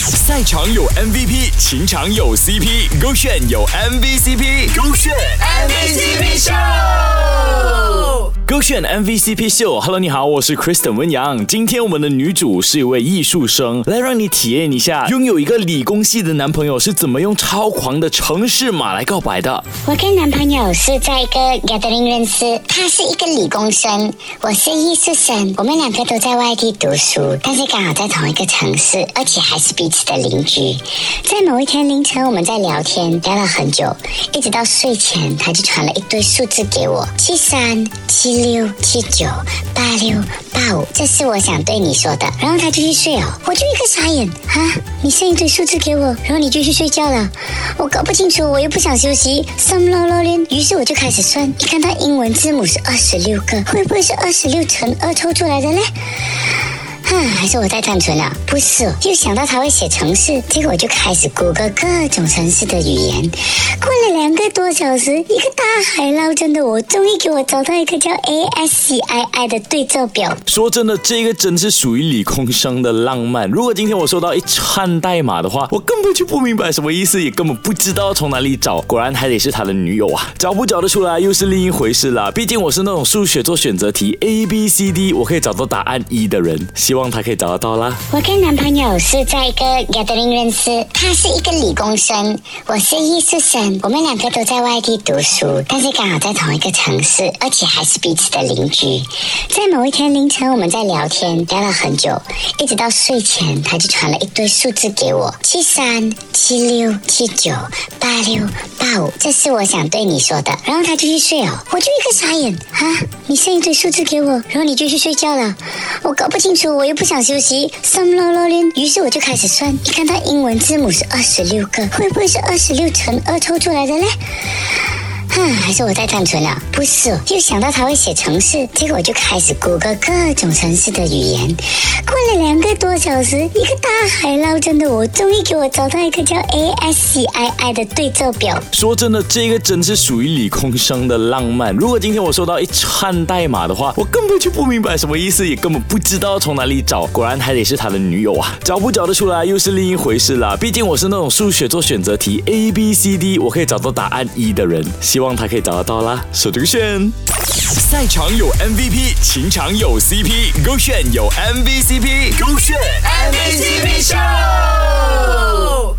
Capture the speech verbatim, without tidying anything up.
赛场有 M V P， 情场有 C P， 勾选有 M V C P， 勾选 M V C P Show。勾选 M V C P 秀 ，Hello， 你好，我是 Kristen 温阳。今天我们的女主是一位艺术生，来让你体验一下，拥有一个理工系的男朋友是怎么用超狂的城市码来告白的。 我跟男朋友是在一个 gathering 认识，他是一个理工生，我是艺术生，我们两个都在外地读书，但是刚好在同一个城市，而且还是彼此的邻居。在某一天凌晨，我们在聊天，聊了很久，一直到睡前，他就传了一堆数字给我，七三七六七九八六八五，这是我想对你说的。然后他就去睡了，我就一个傻眼啊！你剩一堆数字给我，然后你就去睡觉了，我搞不清楚，我又不想休息，什么咯连。于是我就开始算，一看到英文字母是二十六个，会不会是二十六乘二凑出来的呢？啊，还是我太单纯了？不是，又想到他会写程式，结果我就开始谷歌各种程式的语言。过了两个多小时，一个大海捞针的我，终于给我找到一个叫 A S C I I 的对照表。 说真的，这个真是属于理工生的浪漫。如果今天我收到一串代码的话，我根本就不明白什么意思，也根本不知道从哪里找。果然还得是他的女友啊，找不找得出来又是另一回事啦。毕竟我是那种数学做选择题 A B C D 我可以找到答案一的人，希望他可以找得到啦。 我跟男朋友是在一个 gathering 认识，他是一个理工生，我是艺术生，我们两个都在外地读书，但是刚好在同一个城市，而且还是彼此的邻居。在某一天凌晨，我们在聊天，聊了很久，一直到睡前，他就传了一堆数字给我，七三七六七九八六八五，这是我想对你说的。然后他就去睡了，我就一个傻眼啊！你剩一堆数字给我，然后你就去睡觉了，我搞不清楚，我又不想休息，什么咯连。于是我就开始算，一看到英文字母是二十六个，会不会是二十六乘二凑出来的呢？啊，还是我太单纯了？不是，又想到他会写程式，结果我就开始谷歌各种程式的语言。过了两个多小时，一个大海捞针的我，终于给我找到一个叫 A S C I I 的对照表。 说真的，这个真是属于理工生的浪漫。如果今天我收到一串代码的话，我根本就不明白什么意思，也根本不知道从哪里找。果然还得是他的女友啊，找不找得出来又是另一回事啦。毕竟我是那种数学做选择题 A B C D 我可以找到答案一的人，希望他可以找得到啦。手这个选，赛场有 M V P， 情场有 C P， 勾选有 M V C P， 勾选 M V C P Show。